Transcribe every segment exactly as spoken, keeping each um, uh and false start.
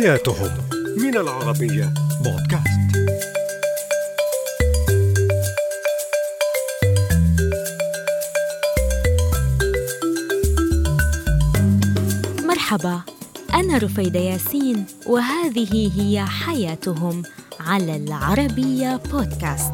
حياتهم من العربية بودكاست. مرحبا، أنا رفيدة ياسين وهذه هي حياتهم على العربية بودكاست.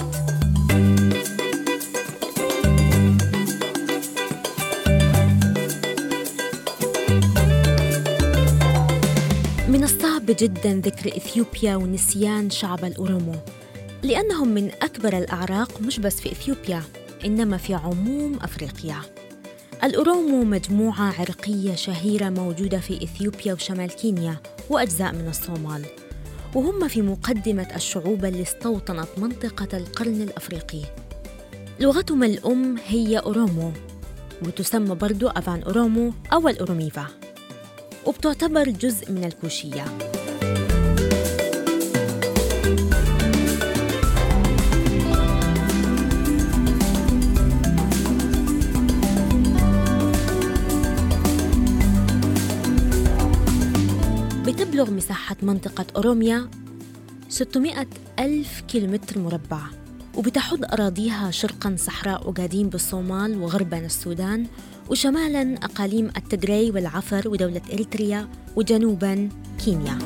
من الصعب جداً ذكر إثيوبيا ونسيان شعب الأورومو، لأنهم من أكبر الأعراق مش بس في إثيوبيا إنما في عموم أفريقيا. الأورومو مجموعة عرقية شهيرة موجودة في إثيوبيا وشمال كينيا وأجزاء من الصومال، وهم في مقدمة الشعوب اللي استوطنت منطقة القرن الأفريقي. لغتهم الأم هي أورومو، وتسمى برضو أفان أورومو أو الأوروميفا، وبتعتبر جزء من الكوشية. بتبلغ مساحة منطقة أوروميا ستمائة ألف كيلومتر مربع، وبتحد أراضيها شرقاً صحراء أوغادين بالصومال وغرباً السودان، وشمالاً أقاليم التغري والعفر ودولة إريتريا، وجنوباً كينيا.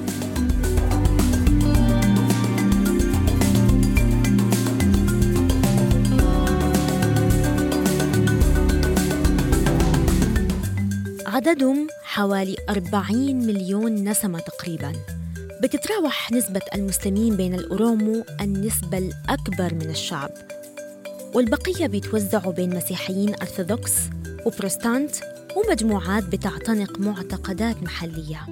عددهم حوالي أربعين مليون نسمة تقريباً. بتتراوح نسبة المسلمين بين الأورومو النسبة الأكبر من الشعب، والبقية بيتوزعوا بين مسيحيين أرثوذكس وبروستانت ومجموعات بتعتنق معتقدات محلية.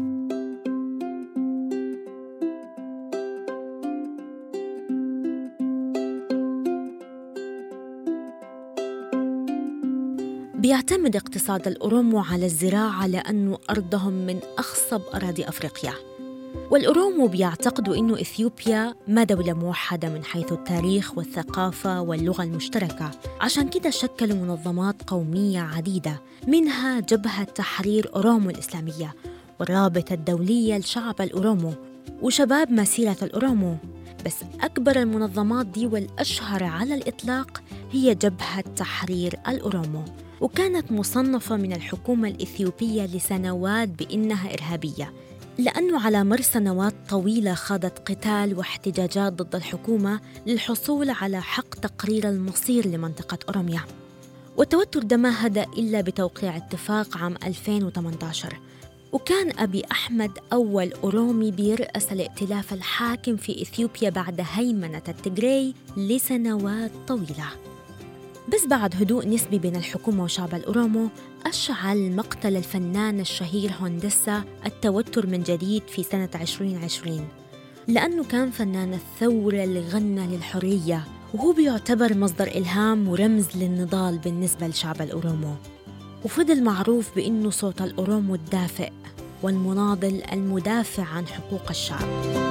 بيعتمد اقتصاد الأورومو على الزراعة لأنه أرضهم من أخصب أراضي أفريقيا، والأورومو بيعتقدوا إنه إثيوبيا ما دولة موحدة من حيث التاريخ والثقافة واللغة المشتركة، عشان كده شكلوا منظمات قومية عديدة، منها جبهة تحرير أورومو الإسلامية والرابطة الدولية لشعب الأورومو وشباب مسيرة الأورومو. بس أكبر المنظمات دي والأشهر على الإطلاق هي جبهة تحرير الأورومو، وكانت مصنفة من الحكومة الإثيوبية لسنوات بأنها إرهابية، لأنه على مر سنوات طويلة خاضت قتال واحتجاجات ضد الحكومة للحصول على حق تقرير المصير لمنطقة أوروميا. والتوتر ده ما هدأ إلا بتوقيع اتفاق عام ألفين وثمانية عشر، وكان أبي أحمد أول أورومي بيرأس الائتلاف الحاكم في إثيوبيا بعد هيمنة التغري لسنوات طويلة. بس بعد هدوء نسبي بين الحكومة وشعب الأورومو، أشعل مقتل الفنان الشهير هوندسا التوتر من جديد في سنة عشرين عشرين، لأنه كان فنان الثورة اللي غنى للحرية، وهو بيعتبر مصدر إلهام ورمز للنضال بالنسبة لشعب الأورومو، وفضل معروف بأنه صوت الأورومو الدافئ والمناضل المدافع عن حقوق الشعب.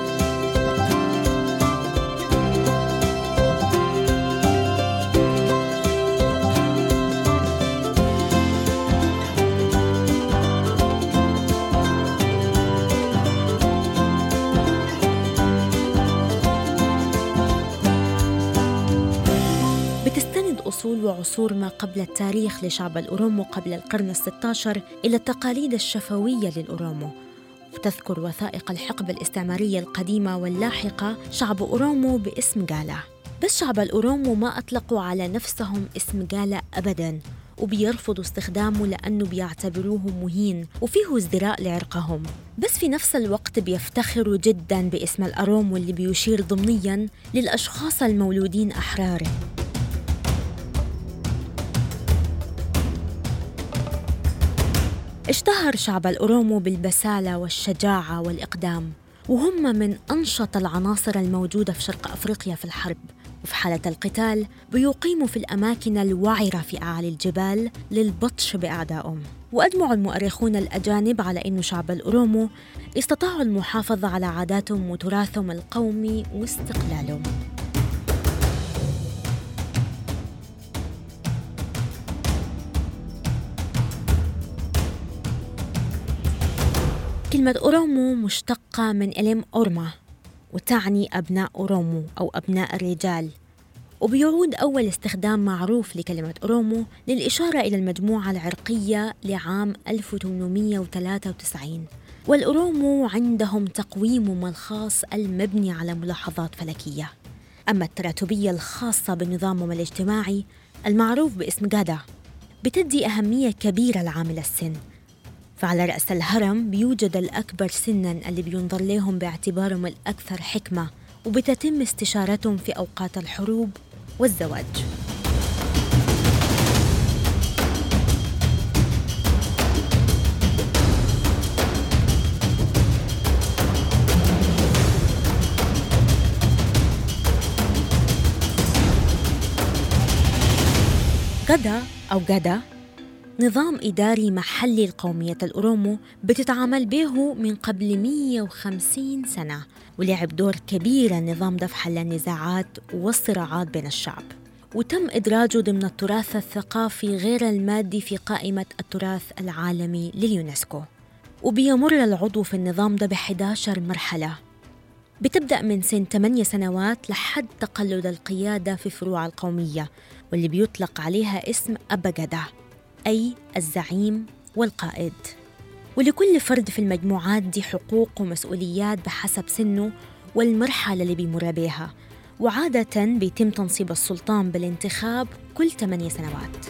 أصول وعصور ما قبل التاريخ لشعب الأورومو قبل القرن الستة عشر إلى التقاليد الشفوية للأورومو، وتذكر وثائق الحقبة الاستعمارية القديمة واللاحقة شعب أورومو باسم غالا. بس شعب الأورومو ما أطلقوا على نفسهم اسم غالا أبداً، وبيرفضوا استخدامه لأنه بيعتبروه مهين وفيه ازدراء لعرقهم. بس في نفس الوقت بيفتخروا جداً باسم الأورومو اللي بيشير ضمنياً للأشخاص المولودين أحرار. اشتهر شعب الأورومو بالبسالة والشجاعة والإقدام، وهم من أنشط العناصر الموجودة في شرق أفريقيا في الحرب، وفي حالة القتال بيقيموا في الأماكن الوعرة في أعالي الجبال للبطش بأعدائهم. وأجمع المؤرخون الأجانب على أن شعب الأورومو استطاعوا المحافظة على عاداتهم وتراثهم القومي واستقلالهم. كلمة أورومو مشتقة من إليم أورما، وتعني أبناء أورومو أو أبناء الرجال، وبيعود أول استخدام معروف لكلمة أورومو للإشارة إلى المجموعة العرقية لعام ألف وثمانمائة وثلاثة وتسعين. والأورومو عندهم تقويمهم الخاص المبني على ملاحظات فلكية. أما التراتبية الخاصة بنظامهم الاجتماعي المعروف باسم غادا بتدي أهمية كبيرة لعامل السن، فعلى رأس الهرم بيوجد الأكبر سناً اللي بينظر لهم باعتبارهم الأكثر حكمة، وبتتم استشارتهم في أوقات الحروب والزواج. غادا أو غادا نظام إداري محلي لقومية الأورومو بتتعامل به من قبل مئة وخمسين سنة، ولعب دور كبير النظام دفع حل النزاعات والصراعات بين الشعب، وتم إدراجه ضمن التراث الثقافي غير المادي في قائمة التراث العالمي لليونسكو. وبيمر العضو في النظام ده بإحدى عشرة مرحلة، بتبدأ من سن ثمانية سنوات لحد تقلد القيادة في فروع القومية، واللي بيطلق عليها اسم أبا غادا، أي الزعيم والقائد. ولكل فرد في المجموعات دي حقوق ومسؤوليات بحسب سنه والمرحلة اللي بيمر بيها، وعادة بيتم تنصيب السلطان بالانتخاب كل ثمانية سنوات.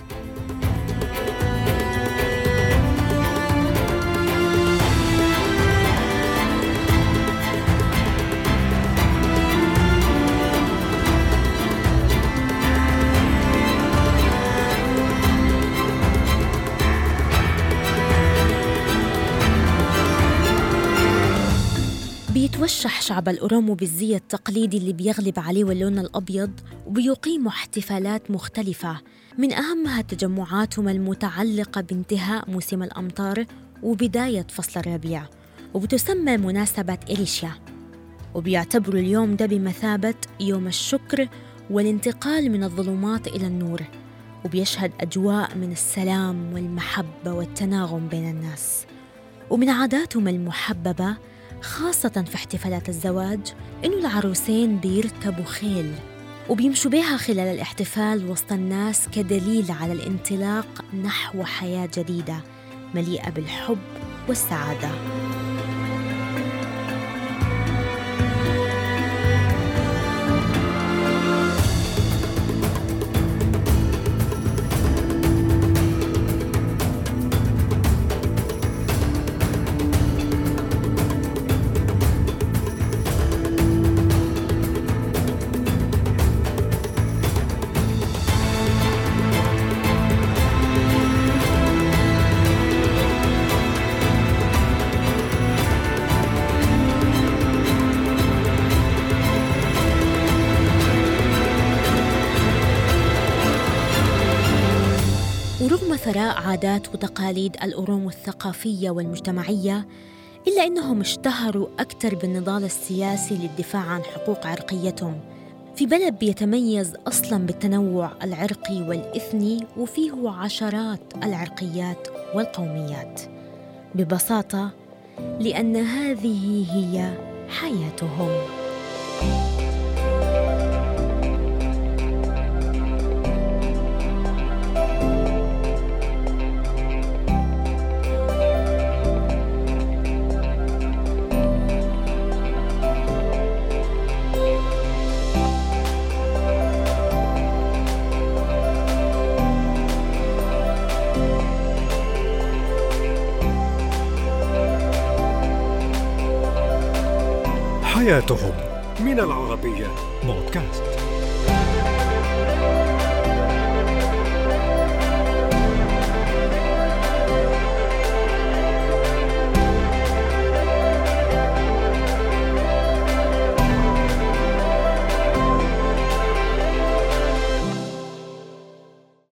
بيتوشح شعب الأورومو بالزي التقليدي اللي بيغلب عليه واللون الأبيض، وبيقيموا احتفالات مختلفة من أهمها تجمعاتهم المتعلقة بانتهاء موسم الأمطار وبداية فصل الربيع، وبتسمى مناسبة إريشيا. وبيعتبروا اليوم ده بمثابة يوم الشكر والانتقال من الظلمات إلى النور، وبيشهد أجواء من السلام والمحبة والتناغم بين الناس. ومن عاداتهم المحببة خاصة في احتفالات الزواج إنه العروسين بيركبوا خيل وبيمشوا بها خلال الاحتفال وسط الناس كدليل على الانطلاق نحو حياة جديدة مليئة بالحب والسعادة. ورغم ثراء عادات وتقاليد الأورومو الثقافية والمجتمعية، إلا أنهم اشتهروا أكثر بالنضال السياسي للدفاع عن حقوق عرقيتهم في بلد بيتميز أصلاً بالتنوع العرقي والإثني، وفيه عشرات العرقيات والقوميات. ببساطة لأن هذه هي حياتهم. حياتهم من العربية بودكاست.